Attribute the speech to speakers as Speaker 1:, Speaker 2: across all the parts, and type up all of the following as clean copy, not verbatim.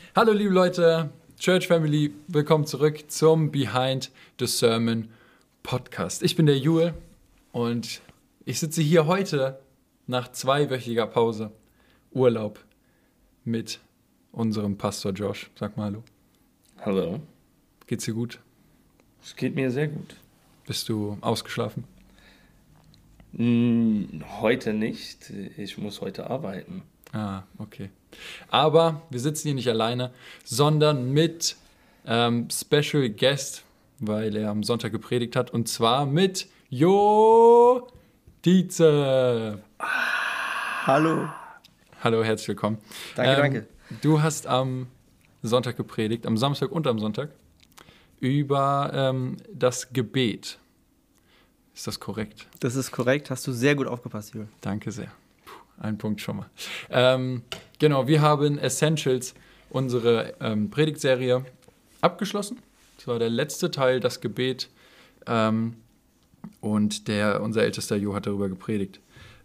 Speaker 1: Hallo liebe Leute, Church Family, willkommen zurück zum Behind the Sermon Podcast. Ich bin der Jule und ich sitze hier heute nach 2-wöchiger Pause, Urlaub, mit unserem Pastor Josh. Sag mal hallo.
Speaker 2: Hallo.
Speaker 1: Geht's dir gut?
Speaker 2: Es geht mir sehr gut.
Speaker 1: Bist du ausgeschlafen?
Speaker 2: Heute nicht. Ich muss heute arbeiten.
Speaker 1: Ah, okay. Aber wir sitzen hier nicht alleine, sondern mit Special Guest, weil er am Sonntag gepredigt hat, und zwar mit Jo Dietze.
Speaker 3: Hallo.
Speaker 1: Hallo, herzlich willkommen.
Speaker 3: Danke.
Speaker 1: Du hast am Sonntag gepredigt, am Samstag und am Sonntag, über das Gebet. Ist das korrekt?
Speaker 3: Das ist korrekt. Hast du sehr gut aufgepasst, Jule.
Speaker 1: Danke sehr. Ein Punkt schon mal. Genau, wir haben Essentials, unsere Predigtserie, abgeschlossen. Das war der letzte Teil, das Gebet. Und unser ältester Jo hat darüber gepredigt.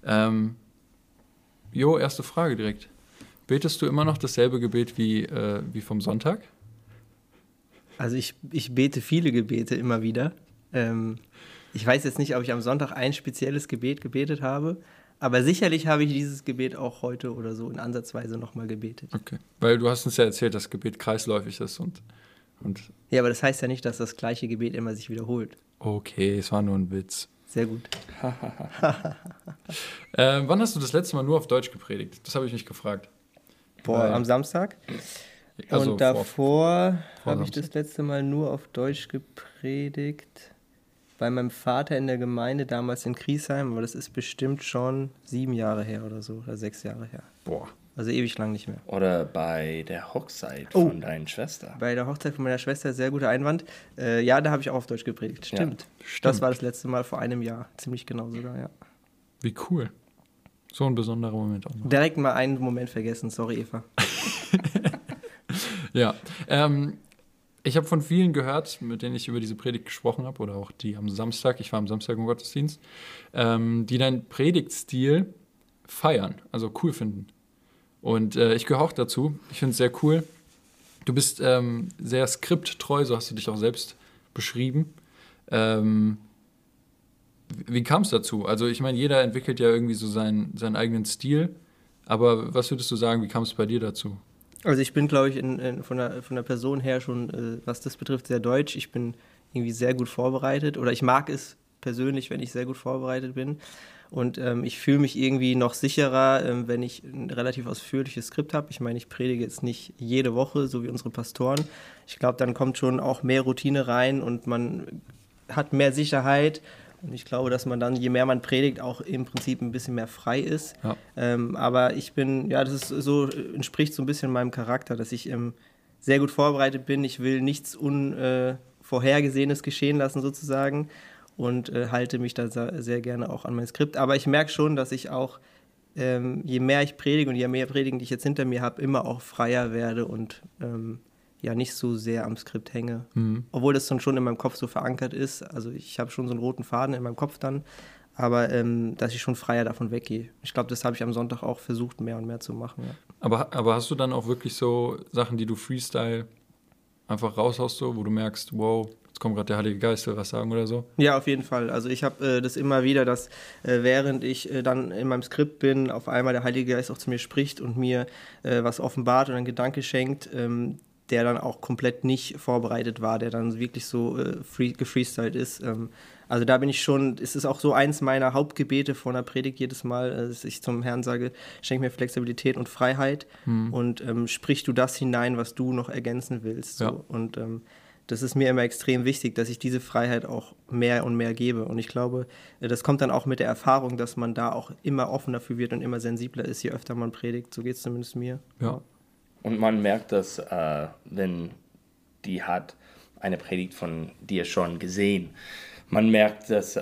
Speaker 1: Jo, erste Frage direkt. Betest du immer noch dasselbe Gebet wie vom Sonntag?
Speaker 3: Also ich bete viele Gebete immer wieder. Ich weiß jetzt nicht, ob ich am Sonntag ein spezielles Gebet gebetet habe, aber sicherlich habe ich dieses Gebet auch heute oder so in Ansatzweise nochmal gebetet.
Speaker 1: Okay, weil du hast uns ja erzählt, dass Gebet kreisläufig ist und
Speaker 3: Ja, aber das heißt ja nicht, dass das gleiche Gebet immer sich wiederholt.
Speaker 1: okay, es war nur ein Witz.
Speaker 3: Sehr gut.
Speaker 1: Wann hast du das letzte Mal nur auf Deutsch gepredigt? Das habe ich mich gefragt.
Speaker 3: Am Samstag.
Speaker 1: Also
Speaker 3: und davor
Speaker 1: vor
Speaker 3: habe ich das letzte Mal nur auf Deutsch gepredigt. Bei meinem Vater in der Gemeinde, damals in Griesheim, aber das ist bestimmt schon 7 Jahre her oder so, oder 6 Jahre her.
Speaker 1: Boah.
Speaker 3: Also ewig lang nicht mehr.
Speaker 2: Oder bei der Hochzeit von deiner Schwester.
Speaker 3: Bei der Hochzeit von meiner Schwester, sehr guter Einwand. Ja, da habe ich auch auf Deutsch gepredigt. Stimmt. Das war das letzte Mal vor einem Jahr. Ziemlich genau sogar, ja.
Speaker 1: Wie cool. So ein besonderer Moment auch noch.
Speaker 3: Direkt mal einen Moment vergessen. Sorry, Eva.
Speaker 1: Ja. Ich habe von vielen gehört, mit denen ich über diese Predigt gesprochen habe, oder auch die am Samstag, ich war am Samstag im Gottesdienst, die deinen Predigtstil feiern, also cool finden. Und ich gehöre auch dazu. Ich finde es sehr cool. Du bist sehr skripttreu, so hast du dich auch selbst beschrieben. Wie kam es dazu? Also ich meine, jeder entwickelt ja irgendwie so seinen eigenen Stil. Aber was würdest du sagen, wie kam es bei dir dazu?
Speaker 3: Also ich bin, glaube ich, von der Person her schon, was das betrifft, sehr deutsch. Ich bin irgendwie sehr gut vorbereitet. Oder ich mag es persönlich, wenn ich sehr gut vorbereitet bin. Und ich fühle mich irgendwie noch sicherer, wenn ich ein relativ ausführliches Skript habe. Ich meine, ich predige jetzt nicht jede Woche, so wie unsere Pastoren. Ich glaube, dann kommt schon auch mehr Routine rein und man hat mehr Sicherheit. Und ich glaube, dass man dann, je mehr man predigt, auch im Prinzip ein bisschen mehr frei ist. Ja. Aber ich bin, ja, das ist so, entspricht so ein bisschen meinem Charakter, dass ich sehr gut vorbereitet bin. Ich will nichts Unvorhergesehenes geschehen lassen sozusagen. Und halte mich da sehr gerne auch an mein Skript. Aber ich merke schon, dass ich auch, je mehr ich predige und je mehr Predigen, die ich jetzt hinter mir habe, immer auch freier werde und ja nicht so sehr am Skript hänge. Mhm. Obwohl das dann schon in meinem Kopf so verankert ist. Also ich habe schon so einen roten Faden in meinem Kopf dann. Aber dass ich schon freier davon weggehe. Ich glaube, das habe ich am Sonntag auch versucht, mehr und mehr zu machen. Ja.
Speaker 1: Aber hast du dann auch wirklich so Sachen, die du Freestyle einfach raushaust, so, wo du merkst, wow, jetzt kommt gerade der Heilige Geist, will was sagen oder so?
Speaker 3: Ja, auf jeden Fall. Also ich habe das immer wieder, dass während ich dann in meinem Skript bin, auf einmal der Heilige Geist auch zu mir spricht und mir was offenbart und einen Gedanke schenkt, der dann auch komplett nicht vorbereitet war, der dann wirklich so gefreestylt ist. Also da bin ich schon, es ist auch so eins meiner Hauptgebete vor einer Predigt jedes Mal, dass ich zum Herrn sage, schenk mir Flexibilität und Freiheit und sprich du das hinein, was du noch ergänzen willst. So. Ja. Und das ist mir immer extrem wichtig, dass ich diese Freiheit auch mehr und mehr gebe. Und ich glaube, das kommt dann auch mit der Erfahrung, dass man da auch immer offener für wird und immer sensibler ist, je öfter man predigt. So geht es zumindest mir.
Speaker 1: Ja.
Speaker 2: Und man merkt das, wenn die hat eine Predigt von dir schon gesehen. Man merkt, dass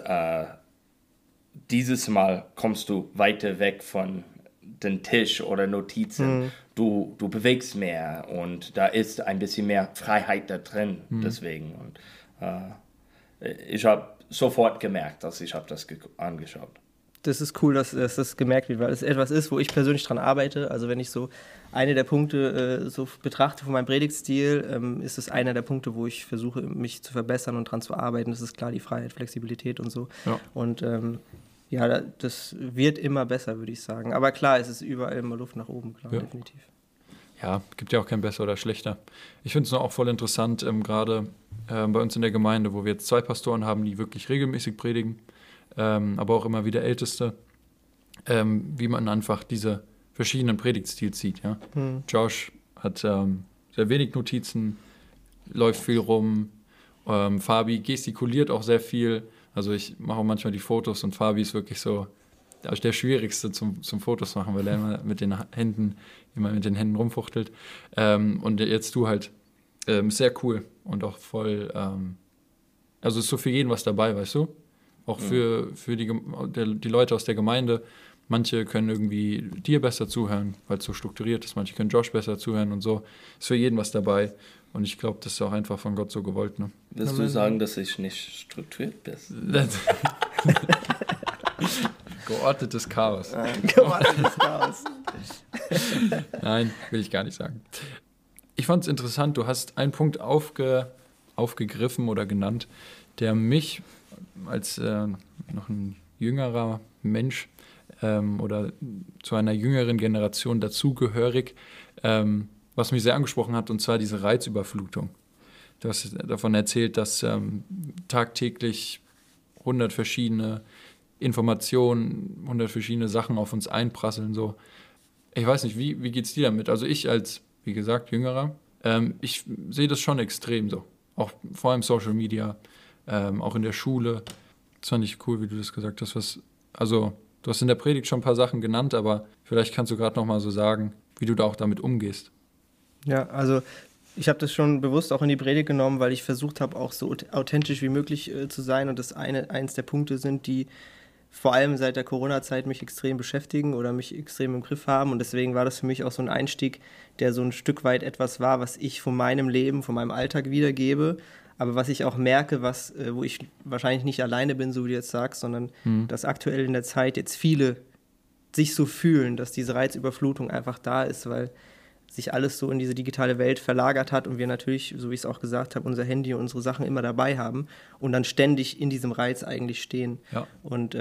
Speaker 2: dieses Mal kommst du weiter weg von den Tisch oder Notizen. Du bewegst mehr und da ist ein bisschen mehr Freiheit da drin. Deswegen. Und ich habe sofort gemerkt, dass ich habe das angeschaut.
Speaker 3: das ist cool, dass das gemerkt wird, weil es etwas ist, wo ich persönlich dran arbeite. Also wenn ich so eine der Punkte so betrachte von meinem Predigtstil, ist es einer der Punkte, wo ich versuche, mich zu verbessern und dran zu arbeiten. Das ist klar, die Freiheit, Flexibilität und so. Ja. Und ja, das wird immer besser, würde ich sagen. Aber klar, es ist überall immer Luft nach oben, klar, definitiv.
Speaker 1: Ja, gibt ja auch kein besser oder schlechter. Ich finde es auch voll interessant, gerade bei uns in der Gemeinde, wo wir jetzt 2 Pastoren haben, die wirklich regelmäßig predigen, aber auch immer wieder Älteste, wie man einfach diese verschiedenen Predigtstils sieht. Ja? Josh hat sehr wenig Notizen, läuft viel rum, Fabi gestikuliert auch sehr viel. Also ich mache auch manchmal die Fotos und Fabi ist wirklich so der Schwierigste zum Fotos machen, weil er immer mit den Händen rumfuchtelt. Und jetzt du halt, sehr cool und auch voll, also ist so für jeden was dabei, weißt du? Auch für die Leute aus der Gemeinde. Manche können irgendwie dir besser zuhören, weil es so strukturiert ist. Manche können Josh besser zuhören und so. Ist für jeden was dabei. Und ich glaube, das ist auch einfach von Gott so gewollt. Ne?
Speaker 2: Willst du sagen, dass ich nicht strukturiert bin?
Speaker 1: Geordnetes Chaos.
Speaker 3: Geordnetes Chaos.
Speaker 1: Nein, will ich gar nicht sagen. Ich fand es interessant, du hast einen Punkt aufgegriffen oder genannt, der mich als noch ein jüngerer Mensch oder zu einer jüngeren Generation dazugehörig, was mich sehr angesprochen hat, und zwar diese Reizüberflutung. Du hast davon erzählt, dass tagtäglich 100 verschiedene Informationen, 100 verschiedene Sachen auf uns einprasseln. So. Ich weiß nicht, wie geht's dir damit? Also ich als, wie gesagt, Jüngerer, ich sehe das schon extrem so. Auch vor allem Social Media, auch in der Schule. Das fand ich cool, wie du das gesagt hast. Also du hast in der Predigt schon ein paar Sachen genannt, aber vielleicht kannst du gerade noch mal so sagen, wie du da auch damit umgehst.
Speaker 3: Ja, also ich habe das schon bewusst auch in die Predigt genommen, weil ich versucht habe, auch so authentisch wie möglich zu sein. Und das eins der Punkte sind, die vor allem seit der Corona-Zeit mich extrem beschäftigen oder mich extrem im Griff haben. Und deswegen war das für mich auch so ein Einstieg, der so ein Stück weit etwas war, was ich von meinem Leben, von meinem Alltag wiedergebe. Aber was ich auch merke, wo ich wahrscheinlich nicht alleine bin, so wie du jetzt sagst, sondern dass aktuell in der Zeit jetzt viele sich so fühlen, dass diese Reizüberflutung einfach da ist, weil sich alles so in diese digitale Welt verlagert hat und wir natürlich, so wie ich es auch gesagt habe, unser Handy und unsere Sachen immer dabei haben und dann ständig in diesem Reiz eigentlich stehen. Ja. Und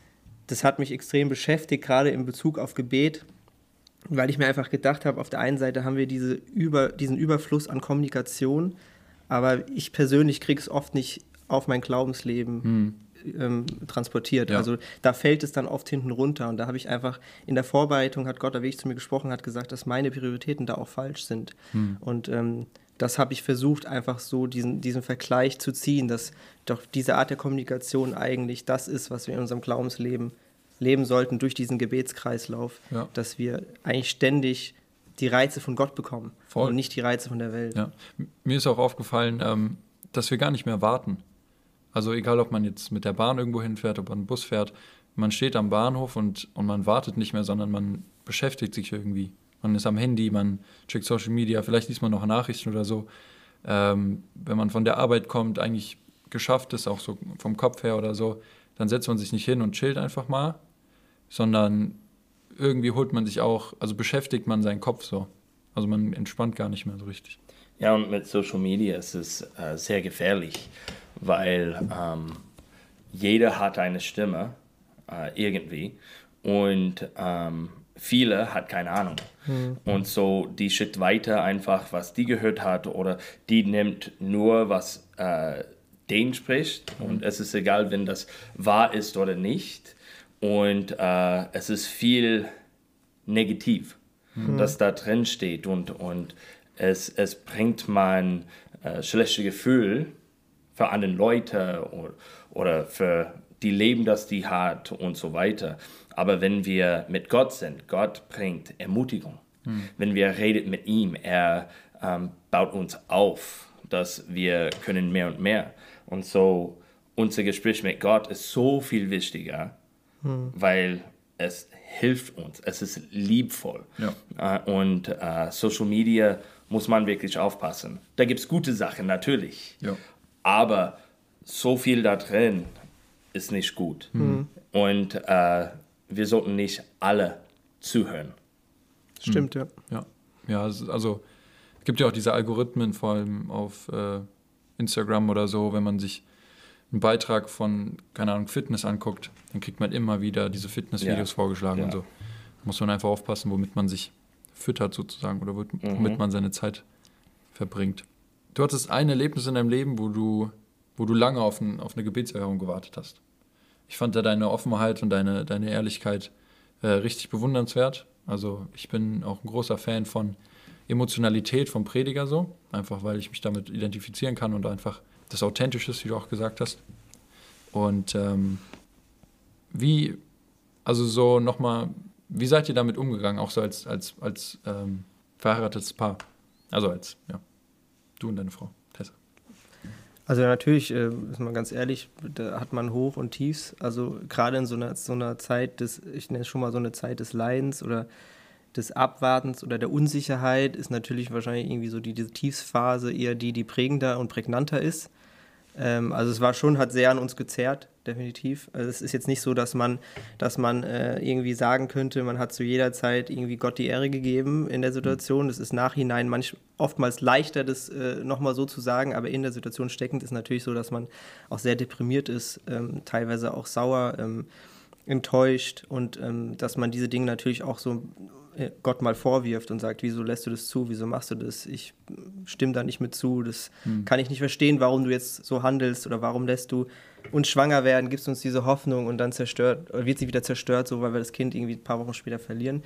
Speaker 3: das hat mich extrem beschäftigt, gerade in Bezug auf Gebet, weil ich mir einfach gedacht habe, auf der einen Seite haben wir diesen Überfluss an Kommunikation, aber ich persönlich kriege es oft nicht auf mein Glaubensleben transportiert. Ja. Also da fällt es dann oft hinten runter und da habe ich einfach in der Vorbereitung, hat Gott da wirklich zu mir gesprochen, hat gesagt, dass meine Prioritäten da auch falsch sind. Und das habe ich versucht, einfach so diesen Vergleich zu ziehen, dass doch diese Art der Kommunikation eigentlich das ist, was wir in unserem Glaubensleben leben sollten, durch diesen Gebetskreislauf, dass wir eigentlich ständig die Reize von Gott bekommen und nicht die Reize von der Welt.
Speaker 1: Ja. Mir ist auch aufgefallen, dass wir gar nicht mehr warten. Also egal, ob man jetzt mit der Bahn irgendwo hinfährt, ob man einen Bus fährt, man steht am Bahnhof und man wartet nicht mehr, sondern man beschäftigt sich irgendwie. Man ist am Handy, man checkt Social Media, vielleicht liest man noch Nachrichten oder so. Wenn man von der Arbeit kommt, eigentlich geschafft ist, auch so vom Kopf her oder so, dann setzt man sich nicht hin und chillt einfach mal, sondern irgendwie holt man sich auch, also beschäftigt man seinen Kopf so. Also man entspannt gar nicht mehr so richtig.
Speaker 2: Ja, und mit Social Media ist es sehr gefährlich, weil jeder hat eine Stimme irgendwie und viele hat keine Ahnung. Und so die schickt weiter einfach, was die gehört hat oder die nimmt nur, was denen spricht und es ist egal, wenn das wahr ist oder nicht. Und es ist viel negativ, das da drin steht und es bringt man schlechte Gefühl für andere Leute oder für die Leben, das die hat und so weiter. Aber wenn wir mit Gott sind, Gott bringt Ermutigung. Wenn wir reden mit ihm, er baut uns auf, dass wir können mehr und mehr. Und so unser Gespräch mit Gott ist so viel wichtiger, weil es hilft uns, es ist liebvoll. Ja. Und Social Media muss man wirklich aufpassen. Da gibt es gute Sachen, natürlich. Ja. Aber so viel da drin ist nicht gut. Und wir sollten nicht alle zuhören.
Speaker 3: Stimmt, ja.
Speaker 1: Ja, also es gibt ja auch diese Algorithmen, vor allem auf Instagram oder so, wenn man sich einen Beitrag von, keine Ahnung, Fitness anguckt, dann kriegt man immer wieder diese Fitnessvideos vorgeschlagen und so. Da muss man einfach aufpassen, womit man sich füttert sozusagen oder womit man seine Zeit verbringt. Du hattest ein Erlebnis in deinem Leben, wo du lange auf eine Gebetserhörung gewartet hast. Ich fand da deine Offenheit und deine Ehrlichkeit richtig bewundernswert. Also ich bin auch ein großer Fan von Emotionalität vom Prediger so, einfach weil ich mich damit identifizieren kann und einfach das authentisch ist, wie du auch gesagt hast. Und wie seid ihr damit umgegangen, auch so als verheiratetes Paar? Also du und deine Frau, Tessa.
Speaker 3: Also natürlich, ist man ganz ehrlich, da hat man Hoch und Tiefs. Also gerade in so einer Zeit ich nenne es schon mal so eine Zeit des Leidens oder des Abwartens oder der Unsicherheit, ist natürlich wahrscheinlich irgendwie so diese Tiefsphase eher die prägender und prägnanter ist. Also es hat sehr an uns gezerrt, definitiv. Also es ist jetzt nicht so, dass man irgendwie sagen könnte, man hat zu jeder Zeit irgendwie Gott die Ehre gegeben in der Situation. Das ist nachhinein oftmals leichter, das nochmal so zu sagen, aber in der Situation steckend ist natürlich so, dass man auch sehr deprimiert ist, teilweise auch sauer, enttäuscht und dass man diese Dinge natürlich auch so Gott mal vorwirft und sagt, wieso lässt du das zu, wieso machst du das, ich stimme da nicht mit zu, das kann ich nicht verstehen, warum du jetzt so handelst oder warum lässt du uns schwanger werden, gibst uns diese Hoffnung und dann wird sie wieder zerstört, so weil wir das Kind irgendwie ein paar Wochen später verlieren.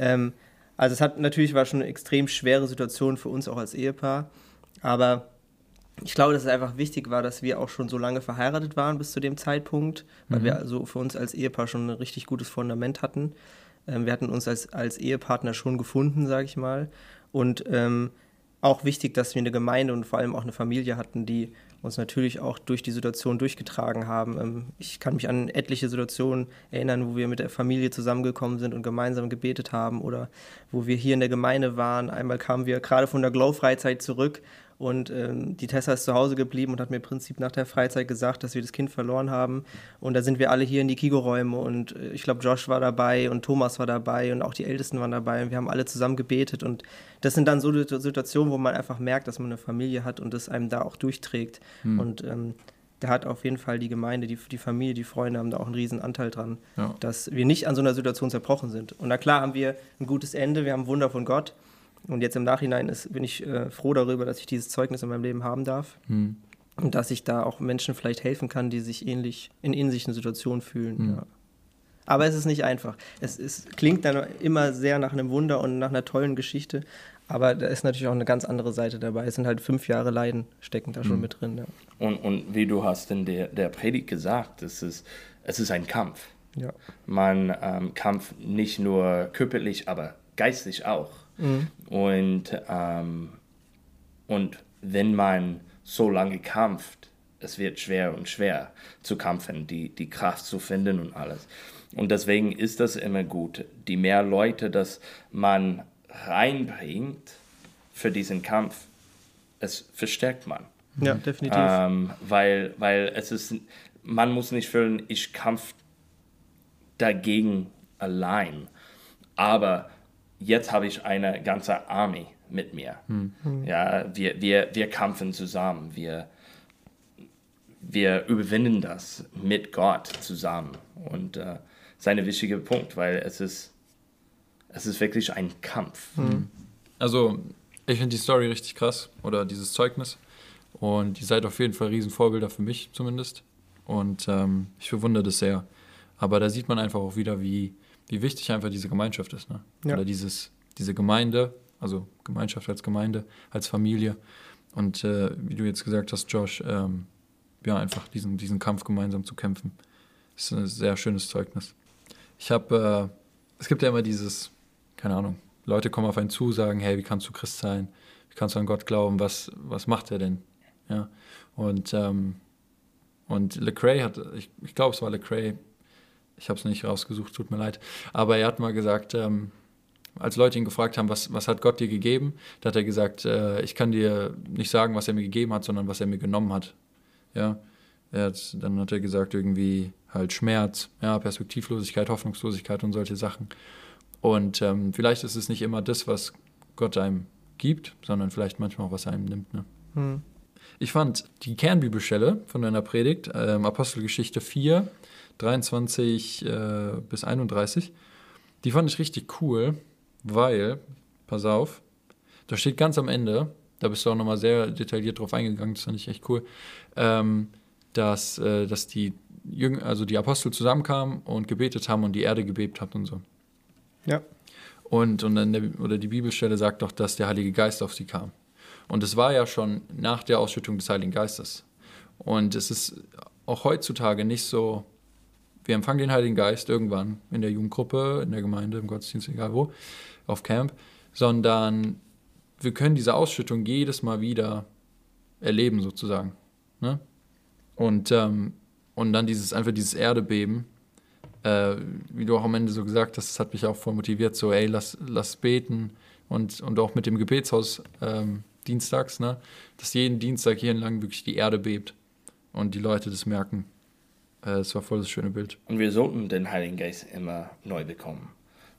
Speaker 3: Also war schon eine extrem schwere Situation für uns auch als Ehepaar, aber ich glaube, dass es einfach wichtig war, dass wir auch schon so lange verheiratet waren bis zu dem Zeitpunkt, weil wir also für uns als Ehepaar schon ein richtig gutes Fundament hatten. Wir hatten uns als Ehepartner schon gefunden, sage ich mal. Und auch wichtig, dass wir eine Gemeinde und vor allem auch eine Familie hatten, die uns natürlich auch durch die Situation durchgetragen haben. Ich kann mich an etliche Situationen erinnern, wo wir mit der Familie zusammengekommen sind und gemeinsam gebetet haben oder wo wir hier in der Gemeinde waren. Einmal kamen wir gerade von der Glow-Freizeit zurück und die Tessa ist zu Hause geblieben und hat mir im Prinzip nach der Freizeit gesagt, dass wir das Kind verloren haben. Und da sind wir alle hier in die Kigo-Räume und ich glaube, Josh war dabei und Thomas war dabei und auch die Ältesten waren dabei und wir haben alle zusammen gebetet. Und das sind dann so Situationen, wo man einfach merkt, dass man eine Familie hat und das einem da auch durchträgt. Und da hat auf jeden Fall die Gemeinde, die Familie, die Freunde haben da auch einen riesen Anteil dran, dass wir nicht an so einer Situation zerbrochen sind. Und na klar haben wir ein gutes Ende, wir haben ein Wunder von Gott. Und jetzt im Nachhinein bin ich froh darüber, dass ich dieses Zeugnis in meinem Leben haben darf. Und dass ich da auch Menschen vielleicht helfen kann, die sich in ähnlichen Situationen fühlen. Ja. Aber es ist nicht einfach. Es klingt dann immer sehr nach einem Wunder und nach einer tollen Geschichte. Aber da ist natürlich auch eine ganz andere Seite dabei. Es sind halt 5 Jahre Leiden stecken da schon mit drin. Ja.
Speaker 2: Und wie du hast in der Predigt gesagt, es ist ein Kampf.
Speaker 3: Ja.
Speaker 2: Man kämpft nicht nur körperlich, aber geistlich auch. Und wenn man so lange kämpft, es wird schwer und schwer zu kämpfen, die Kraft zu finden und alles. Und deswegen ist das immer gut, die mehr Leute, dass man reinbringt für diesen Kampf, es verstärkt man.
Speaker 3: Ja, definitiv.
Speaker 2: Weil man muss nicht fühlen, ich kämpfe dagegen allein, aber jetzt habe ich eine ganze Armee mit mir. Ja, wir kämpfen zusammen. Wir überwinden das mit Gott zusammen. Und das ist ein wichtiger Punkt, weil es ist wirklich ein Kampf.
Speaker 1: Also, ich finde die Story richtig krass oder dieses Zeugnis. Und ihr seid auf jeden Fall Riesenvorbilder für mich zumindest. Und ich bewundere das sehr. Aber da sieht man einfach auch wieder, wie wichtig einfach diese Gemeinschaft ist. Ne? Ja. Oder diese Gemeinde, also Gemeinschaft als Gemeinde, als Familie. Und wie du jetzt gesagt hast, Josh, einfach diesen Kampf gemeinsam zu kämpfen, ist ein sehr schönes Zeugnis. Es gibt ja immer dieses, keine Ahnung, Leute kommen auf einen zu, sagen, hey, wie kannst du Christ sein? Wie kannst du an Gott glauben? Was macht er denn? Ja. Und Lecrae ich glaube, es war Lecrae, ich habe es nicht rausgesucht, tut mir leid, aber er hat mal gesagt, als Leute ihn gefragt haben, was hat Gott dir gegeben, da hat er gesagt, ich kann dir nicht sagen, was er mir gegeben hat, sondern was er mir genommen hat. Ja? Dann hat er gesagt, irgendwie halt Schmerz, ja, Perspektivlosigkeit, Hoffnungslosigkeit und solche Sachen. Und vielleicht ist es nicht immer das, was Gott einem gibt, sondern vielleicht manchmal auch, was er einem nimmt. Ne? Ich fand die Kernbibelstelle von deiner Predigt, Apostelgeschichte 4, 23 bis 31, die fand ich richtig cool, weil, pass auf, da steht ganz am Ende, da bist du auch nochmal sehr detailliert drauf eingegangen, das fand ich echt cool, dass die die Apostel zusammenkamen und gebetet haben und die Erde gebebt hat und so.
Speaker 3: Ja.
Speaker 1: Und dann die Bibelstelle sagt doch, dass der Heilige Geist auf sie kam. Und es war ja schon nach der Ausschüttung des Heiligen Geistes. Und es ist auch heutzutage nicht so, wir empfangen den Heiligen Geist irgendwann in der Jugendgruppe, in der Gemeinde, im Gottesdienst, egal wo, auf Camp, sondern wir können diese Ausschüttung jedes Mal wieder erleben sozusagen. Ne? Und dann dieses Erdebeben, wie du auch am Ende so gesagt hast, das hat mich auch voll motiviert, so ey, lass beten und auch mit dem Gebetshaus dienstags, ne, dass jeden Dienstag hier entlang wirklich die Erde bebt und die Leute das merken. Das war voll das schöne Bild.
Speaker 2: Und wir sollten den Heiligen Geist immer neu bekommen.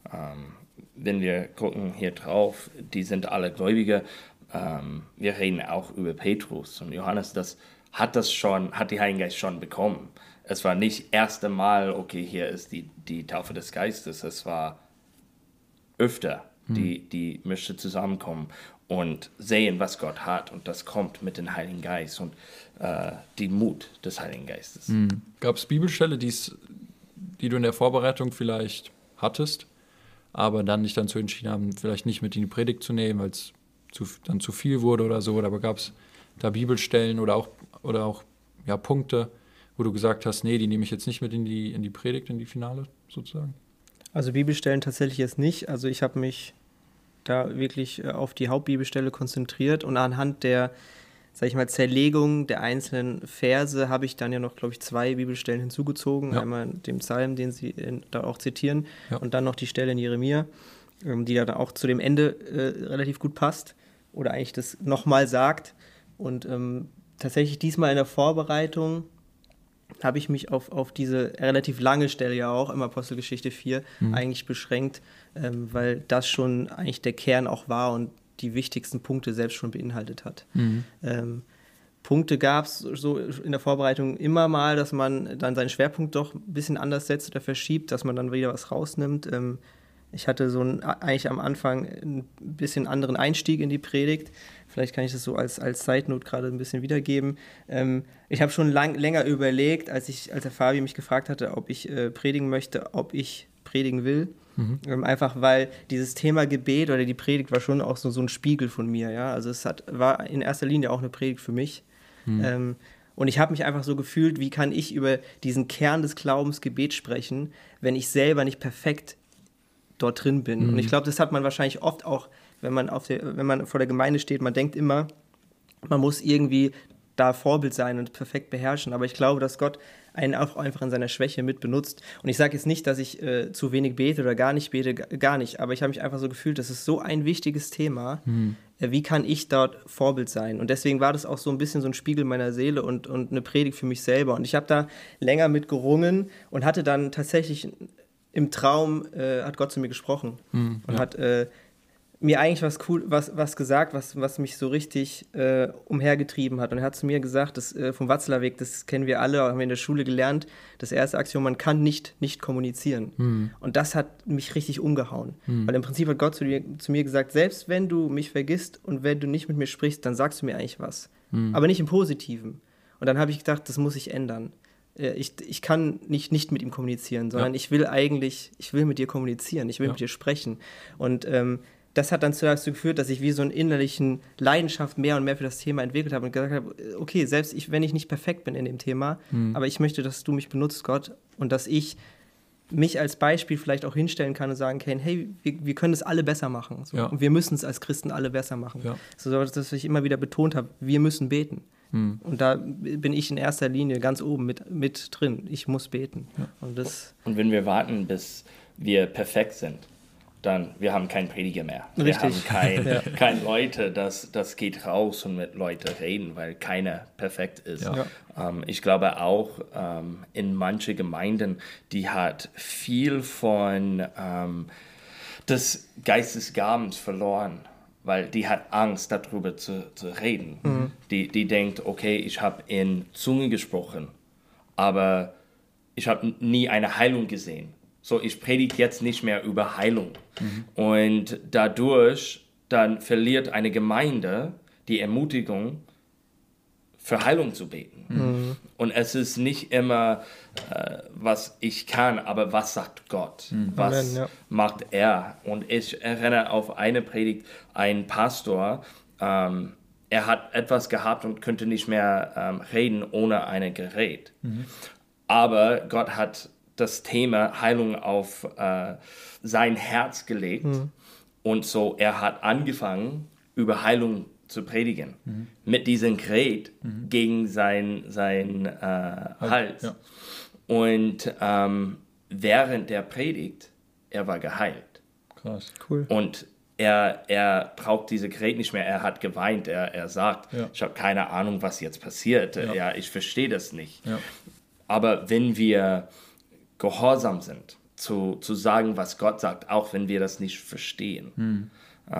Speaker 2: Wenn wir gucken hier drauf, die sind alle Gläubige. Wir reden auch über Petrus und Johannes, hat die Heiligen Geist schon bekommen. Es war nicht das erste Mal, okay, hier ist die Taufe des Geistes. Es war öfter, die müsste zusammenkommen und sehen, was Gott hat. Und das kommt mit dem Heiligen Geist und die Mut des Heiligen Geistes.
Speaker 1: Gab es Bibelstelle, die du in der Vorbereitung vielleicht hattest, aber dann dich dazu entschieden haben, vielleicht nicht mit in die Predigt zu nehmen, weil es dann zu viel wurde oder so? Aber gab es da Bibelstellen oder auch ja, Punkte, wo du gesagt hast, nee, die nehme ich jetzt nicht mit in die Predigt, in die Finale sozusagen?
Speaker 3: Also Bibelstellen tatsächlich jetzt nicht. Also ich habe mich da wirklich auf die Hauptbibelstelle konzentriert und anhand der, sag ich mal, Zerlegung der einzelnen Verse habe ich dann ja noch, glaube ich, 2 Bibelstellen hinzugezogen. Ja. Einmal den Psalm, den Sie da auch zitieren, ja, und dann noch die Stelle in Jeremia, die da auch zu dem Ende relativ gut passt oder eigentlich das nochmal sagt. Und tatsächlich diesmal in der Vorbereitung habe ich mich auf diese relativ lange Stelle ja auch im Apostelgeschichte 4 eigentlich beschränkt, weil das schon eigentlich der Kern auch war und die wichtigsten Punkte selbst schon beinhaltet hat. Punkte gab es so in der Vorbereitung immer mal, dass man dann seinen Schwerpunkt doch ein bisschen anders setzt oder verschiebt, dass man dann wieder was rausnimmt. Ich hatte eigentlich am Anfang ein bisschen anderen Einstieg in die Predigt. Vielleicht kann ich das so als Side-Note gerade ein bisschen wiedergeben. Ich habe schon länger überlegt, als der Fabi mich gefragt hatte, ob ich predigen möchte, ob ich predigen will. Einfach weil dieses Thema Gebet oder die Predigt war schon auch so ein Spiegel von mir. Ja? Also war in erster Linie auch eine Predigt für mich. Und ich habe mich einfach so gefühlt, wie kann ich über diesen Kern des Glaubens Gebet sprechen, wenn ich selber nicht perfekt dort drin bin. Und ich glaube, das hat man wahrscheinlich oft auch, wenn man vor der Gemeinde steht, man denkt immer, man muss irgendwie da Vorbild sein und perfekt beherrschen. Aber ich glaube, dass Gott einen auch einfach in seiner Schwäche mit benutzt. Und ich sage jetzt nicht, dass ich zu wenig bete oder gar nicht bete, gar nicht. Aber ich habe mich einfach so gefühlt, das ist so ein wichtiges Thema. Wie kann ich dort Vorbild sein? Und deswegen war das auch so ein bisschen so ein Spiegel meiner Seele und eine Predigt für mich selber. Und ich habe da länger mit gerungen und hatte dann tatsächlich im Traum hat Gott zu mir gesprochen und hat mir eigentlich was gesagt, was mich so richtig umhergetrieben hat. Und er hat zu mir gesagt, das vom Watzlawick, das kennen wir alle, haben wir in der Schule gelernt, das erste Axiom, man kann nicht kommunizieren. Und das hat mich richtig umgehauen. Weil im Prinzip hat Gott zu mir gesagt, selbst wenn du mich vergisst und wenn du nicht mit mir sprichst, dann sagst du mir eigentlich was. Aber nicht im Positiven. Und dann habe ich gedacht, das muss ich ändern. Ich kann nicht mit ihm kommunizieren, sondern ich will mit dir kommunizieren, ich will mit dir sprechen. Und das hat dann dazu geführt, dass ich wie so eine innerlichen Leidenschaft mehr und mehr für das Thema entwickelt habe und gesagt habe, okay, selbst wenn ich nicht perfekt bin in dem Thema, aber ich möchte, dass du mich benutzt, Gott, und dass ich mich als Beispiel vielleicht auch hinstellen kann und sagen kann, hey, wir können das alle besser machen. So. Und wir müssen es als Christen alle besser machen. Ja. So, dass ich immer wieder betont habe, wir müssen beten. Und da bin ich in erster Linie ganz oben mit drin. Ich muss beten. Ja. Und wenn
Speaker 2: wir warten, bis wir perfekt sind, dann wir haben keinen Prediger mehr.
Speaker 3: Richtig.
Speaker 2: Wir haben kein Leute, das geht raus und mit Leuten reden, weil keiner perfekt ist.
Speaker 1: Ja.
Speaker 2: Ich glaube auch in manche Gemeinden, die hat viel von des Geistesgabens verloren, weil die hat Angst, darüber zu reden. Die denkt, okay, ich habe in Zunge gesprochen, aber ich habe nie eine Heilung gesehen. So, ich predige jetzt nicht mehr über Heilung. Und dadurch dann verliert eine Gemeinde die Ermutigung, für Heilung zu beten. Und es ist nicht immer, was ich kann, aber was sagt Gott? Was macht er? Und ich erinnere auf eine Predigt, ein Pastor, er hat etwas gehabt und könnte nicht mehr reden ohne ein Gerät. Aber Gott hat das Thema Heilung auf sein Herz gelegt. Und so, er hat angefangen, über Heilung zu predigen. Mit diesem Gerät gegen sein Hals.
Speaker 1: Ja.
Speaker 2: Und während der Predigt, er war geheilt.
Speaker 1: Krass.
Speaker 3: Cool.
Speaker 2: Und er braucht diese Gerät nicht mehr. Er hat geweint. Er sagt, ich habe keine Ahnung, was jetzt passiert. Ja, ich verstehe das nicht.
Speaker 1: Ja.
Speaker 2: Aber wenn wir gehorsam sind, zu sagen, was Gott sagt, auch wenn wir das nicht verstehen,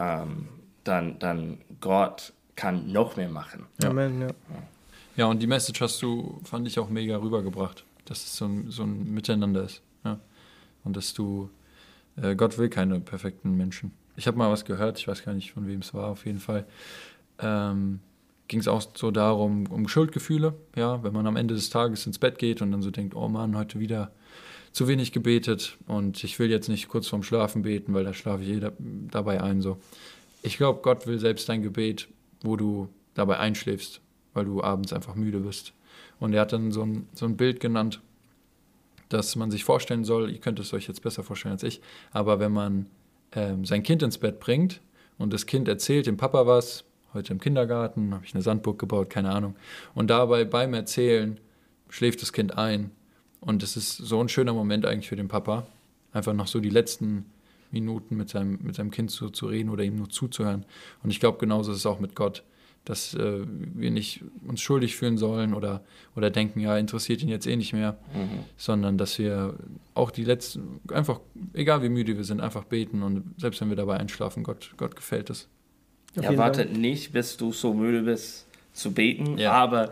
Speaker 2: dann Gott kann noch mehr machen.
Speaker 3: Amen, ja.
Speaker 1: Ja, und die Message fand ich auch mega rübergebracht, dass es so ein Miteinander ist. Ja? Und dass Gott will keine perfekten Menschen. Ich habe mal was gehört, ich weiß gar nicht, von wem es war, auf jeden Fall. Ging es auch so darum, um Schuldgefühle, ja, wenn man am Ende des Tages ins Bett geht und dann so denkt, oh Mann, heute wieder zu wenig gebetet und ich will jetzt nicht kurz vorm Schlafen beten, weil da schlafe ich dabei ein. So. Ich glaube, Gott will selbst dein Gebet, wo du dabei einschläfst, weil du abends einfach müde bist. Und er hat dann so ein Bild genannt, dass man sich vorstellen soll, ihr könnt es euch jetzt besser vorstellen als ich, aber wenn man sein Kind ins Bett bringt und das Kind erzählt dem Papa was, heute im Kindergarten habe ich eine Sandburg gebaut, keine Ahnung, und dabei beim Erzählen schläft das Kind ein. Und es ist so ein schöner Moment eigentlich für den Papa, einfach noch so die letzten Minuten mit seinem Kind zu reden oder ihm nur zuzuhören. Und ich glaube, genauso ist es auch mit Gott, dass wir nicht uns schuldig fühlen sollen oder denken, ja, interessiert ihn jetzt eh nicht mehr, sondern dass wir auch die letzten, einfach, egal wie müde wir sind, einfach beten und selbst wenn wir dabei einschlafen, Gott gefällt es.
Speaker 3: Auf jeden
Speaker 2: Wartet
Speaker 3: Fall.
Speaker 2: nicht, bis du so müde bist zu beten,
Speaker 1: Ja.
Speaker 2: aber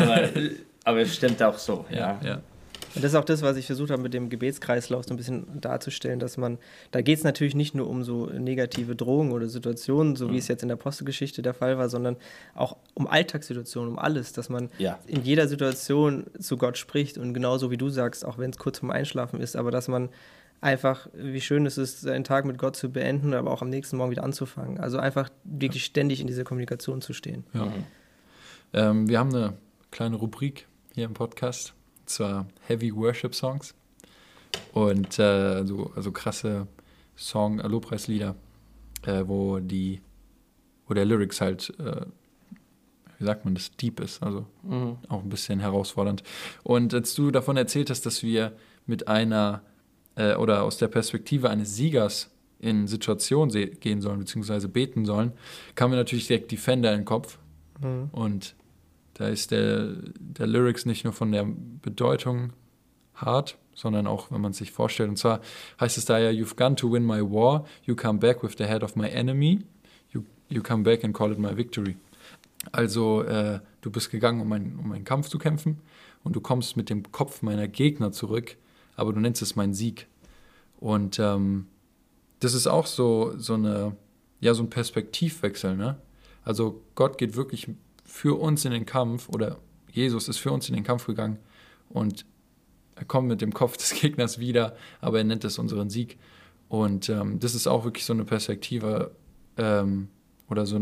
Speaker 2: es stimmt auch so. Ja.
Speaker 3: Und das ist auch das, was ich versucht habe, mit dem Gebetskreislauf so ein bisschen darzustellen, dass da geht es natürlich nicht nur um so negative Drohungen oder Situationen, so wie es jetzt in der Apostelgeschichte der Fall war, sondern auch um Alltagssituationen, um alles, dass man in jeder Situation zu Gott spricht und genauso wie du sagst, auch wenn es kurz vorm Einschlafen ist, aber dass man einfach, wie schön es ist, seinen Tag mit Gott zu beenden, aber auch am nächsten Morgen wieder anzufangen. Also einfach wirklich ständig in dieser Kommunikation zu stehen.
Speaker 1: Ja. Wir haben eine kleine Rubrik hier im Podcast, und zwar Heavy Worship Songs und also krasse Lobpreislieder, wo der Lyrics halt, wie sagt man das, deep ist, also auch ein bisschen herausfordernd. Und als du davon erzählt hast, dass wir mit einer oder aus der Perspektive eines Siegers in Situationen gehen sollen, beziehungsweise beten sollen, kam mir natürlich direkt Defender in den Kopf. Und da ist der Lyrics nicht nur von der Bedeutung hart, sondern auch, wenn man es sich vorstellt. Und zwar heißt es da ja, you've gone to win my war, you come back with the head of my enemy, you come back and call it my victory. Also du bist gegangen, um einen Kampf zu kämpfen und du kommst mit dem Kopf meiner Gegner zurück, aber du nennst es meinen Sieg. Und das ist auch so ein Perspektivwechsel, ne? Also Gott geht wirklich für uns in den Kampf oder Jesus ist für uns in den Kampf gegangen und er kommt mit dem Kopf des Gegners wieder, aber er nennt es unseren Sieg. Und das ist auch wirklich so eine Perspektive oder so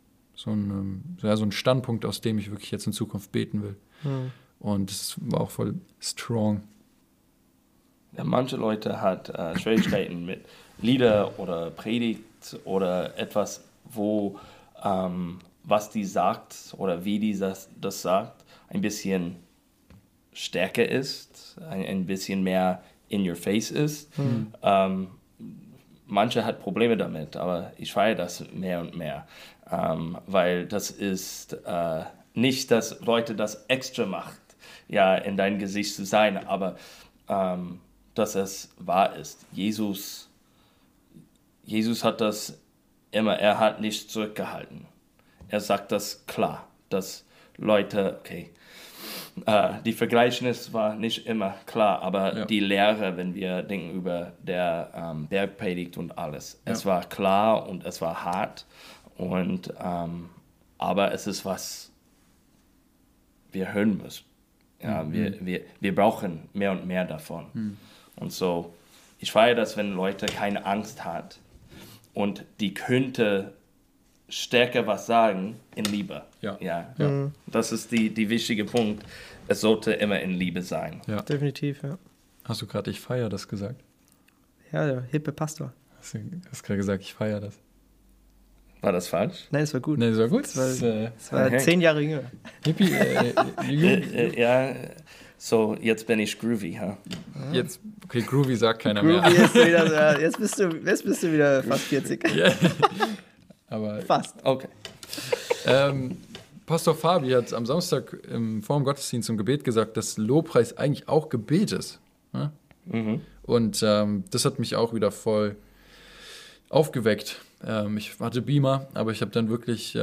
Speaker 1: ein Standpunkt, aus dem ich wirklich jetzt in Zukunft beten will. Und das war auch voll strong.
Speaker 2: Ja, manche Leute hat Schwierigkeiten mit Lieder oder Predigt oder etwas, wo was die sagt oder wie die das sagt, ein bisschen stärker ist, ein bisschen mehr in your face ist. manche hat Probleme damit, aber ich feiere das mehr und mehr, weil das ist nicht, dass Leute das extra macht, ja, in dein Gesicht zu sein, aber dass es wahr ist. Jesus hat das immer, er hat nicht zurückgehalten. Er sagt das klar, dass Leute, okay, die Vergleichnis war nicht immer klar, aber die Lehre, wenn wir denken über der Bergpredigt und alles, es war klar und es war hart, und aber es ist was wir hören müssen. Ja, wir brauchen mehr und mehr davon. Und so, ich feiere das, wenn Leute keine Angst haben und die könnte stärker was sagen in Liebe. Ja. Das ist die wichtige Punkt. Es sollte immer in Liebe sein.
Speaker 1: Ja.
Speaker 3: Definitiv, ja.
Speaker 1: Hast du gerade, ich feiere das gesagt?
Speaker 3: Ja, der hippe Pastor.
Speaker 1: Hast gerade gesagt, ich feiere das.
Speaker 2: War das falsch?
Speaker 3: Nein, es war gut.
Speaker 1: Nee, das war gut.
Speaker 3: Es war 10 Jahre jünger.
Speaker 1: Hippie,
Speaker 2: ja, so jetzt bin ich groovy, ha?
Speaker 1: Jetzt, okay, groovy sagt keiner
Speaker 3: Groovy
Speaker 1: mehr.
Speaker 3: ist wieder, jetzt bist du wieder fast 40.
Speaker 1: Ja. Aber
Speaker 3: Fast.
Speaker 2: Okay.
Speaker 1: Pastor Fabi hat am Samstag vor dem Gottesdienst im Gebet gesagt, dass Lobpreis eigentlich auch Gebet ist. Ne? Und das hat mich auch wieder voll aufgeweckt. Ich hatte Beamer, aber ich habe dann wirklich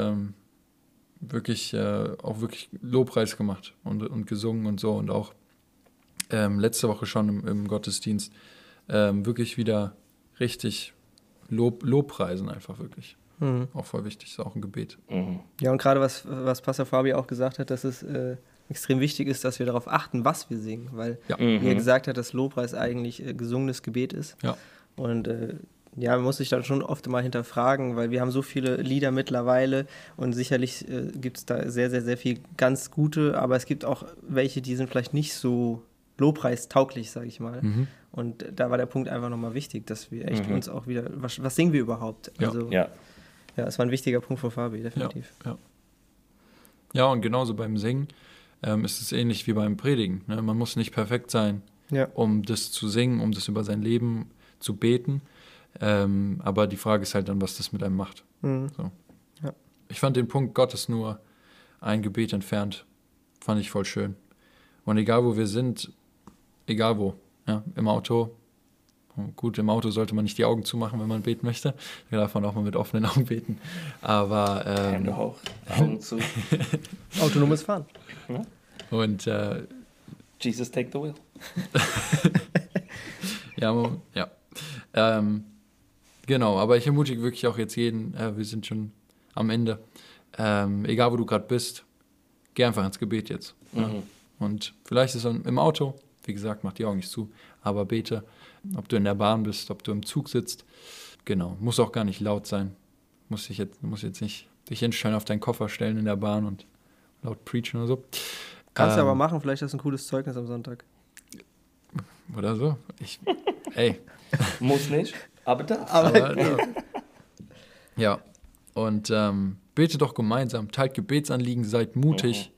Speaker 1: Lobpreis gemacht und gesungen und so, und auch letzte Woche schon im Gottesdienst wirklich wieder richtig Lobpreisen einfach wirklich. Auch voll wichtig, ist auch ein Gebet.
Speaker 3: Ja, und gerade was Pastor Fabi auch gesagt hat, dass es extrem wichtig ist, dass wir darauf achten, was wir singen, weil wie er gesagt hat, dass Lobpreis eigentlich gesungenes Gebet ist. Ja. Und man muss sich dann schon oft mal hinterfragen, weil wir haben so viele Lieder mittlerweile und sicherlich gibt es da sehr, sehr, sehr viel ganz gute, aber es gibt auch welche, die sind vielleicht nicht so lobpreistauglich, sage ich mal. Und da war der Punkt einfach nochmal wichtig, dass wir echt uns auch wieder, was singen wir überhaupt? Also, ja, es war ein wichtiger Punkt von Fabi, definitiv.
Speaker 1: Ja, und genauso beim Singen ist es ähnlich wie beim Predigen. Ne? Man muss nicht perfekt sein, um das zu singen, um das über sein Leben zu beten. Aber die Frage ist halt dann, was das mit einem macht. So. Ja. Ich fand den Punkt, Gott ist nur ein Gebet entfernt, fand ich voll schön. Und egal wo wir sind, egal wo, im Auto, gut, im Auto sollte man nicht die Augen zumachen, wenn man beten möchte. Da darf man auch mal mit offenen Augen beten. Aber
Speaker 2: Hände hoch, Augen zu.
Speaker 3: Autonomes Fahren.
Speaker 2: Ja.
Speaker 1: Und
Speaker 2: Jesus, take the wheel.
Speaker 1: Genau, aber ich ermutige wirklich auch jetzt jeden, wir sind schon am Ende, egal wo du gerade bist, geh einfach ins Gebet jetzt. Ja? Und vielleicht ist es im Auto, wie gesagt, mach die Augen nicht zu, aber bete, ob du in der Bahn bist, ob du im Zug sitzt, genau, muss auch gar nicht laut sein, muss jetzt nicht dich hinstellen, auf deinen Koffer stellen in der Bahn und laut preachen oder so.
Speaker 3: Kannst du aber machen, vielleicht hast du ein cooles Zeugnis am Sonntag.
Speaker 1: Oder so,
Speaker 2: Muss nicht. Aber das.
Speaker 1: Ja, und bete doch gemeinsam, teilt Gebetsanliegen, seid mutig,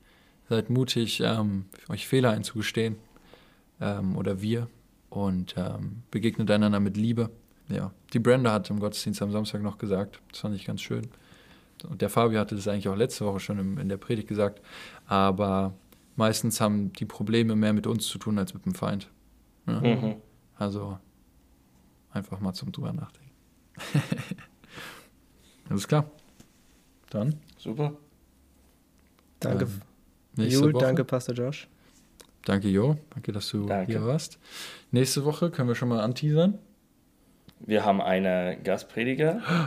Speaker 1: euch Fehler einzugestehen, oder wir, und begegnet einander mit Liebe. Ja, die Brenda hat im Gottesdienst am Samstag noch gesagt, das fand ich ganz schön. Und der Fabio hatte das eigentlich auch letzte Woche schon in der Predigt gesagt, aber meistens haben die Probleme mehr mit uns zu tun als mit dem Feind. Ja? Also einfach mal zum drüber nachdenken. Alles klar. Dann.
Speaker 2: Super.
Speaker 3: Danke.
Speaker 1: Nächste Woche.
Speaker 3: Danke, Pastor Josh.
Speaker 1: Danke, Jo. Danke, dass du hier warst. Nächste Woche können wir schon mal anteasern.
Speaker 2: Wir haben einen Gastprediger,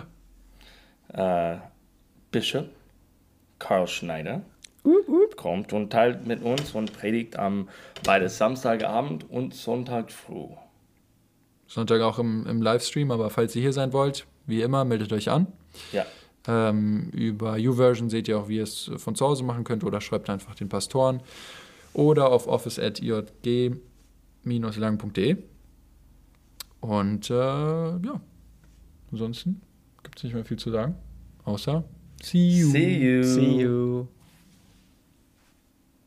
Speaker 2: Bishop Karl Schneider, kommt und teilt mit uns und predigt am beides Samstagabend und Sonntag früh.
Speaker 1: Sonntag auch im Livestream, aber falls ihr hier sein wollt, wie immer, meldet euch an.
Speaker 2: Ja.
Speaker 1: Über YouVersion seht ihr auch, wie ihr es von zu Hause machen könnt, oder schreibt einfach den Pastoren oder auf office@ijg-lang.de. Und ansonsten gibt es nicht mehr viel zu sagen, außer
Speaker 2: See you.
Speaker 3: See you.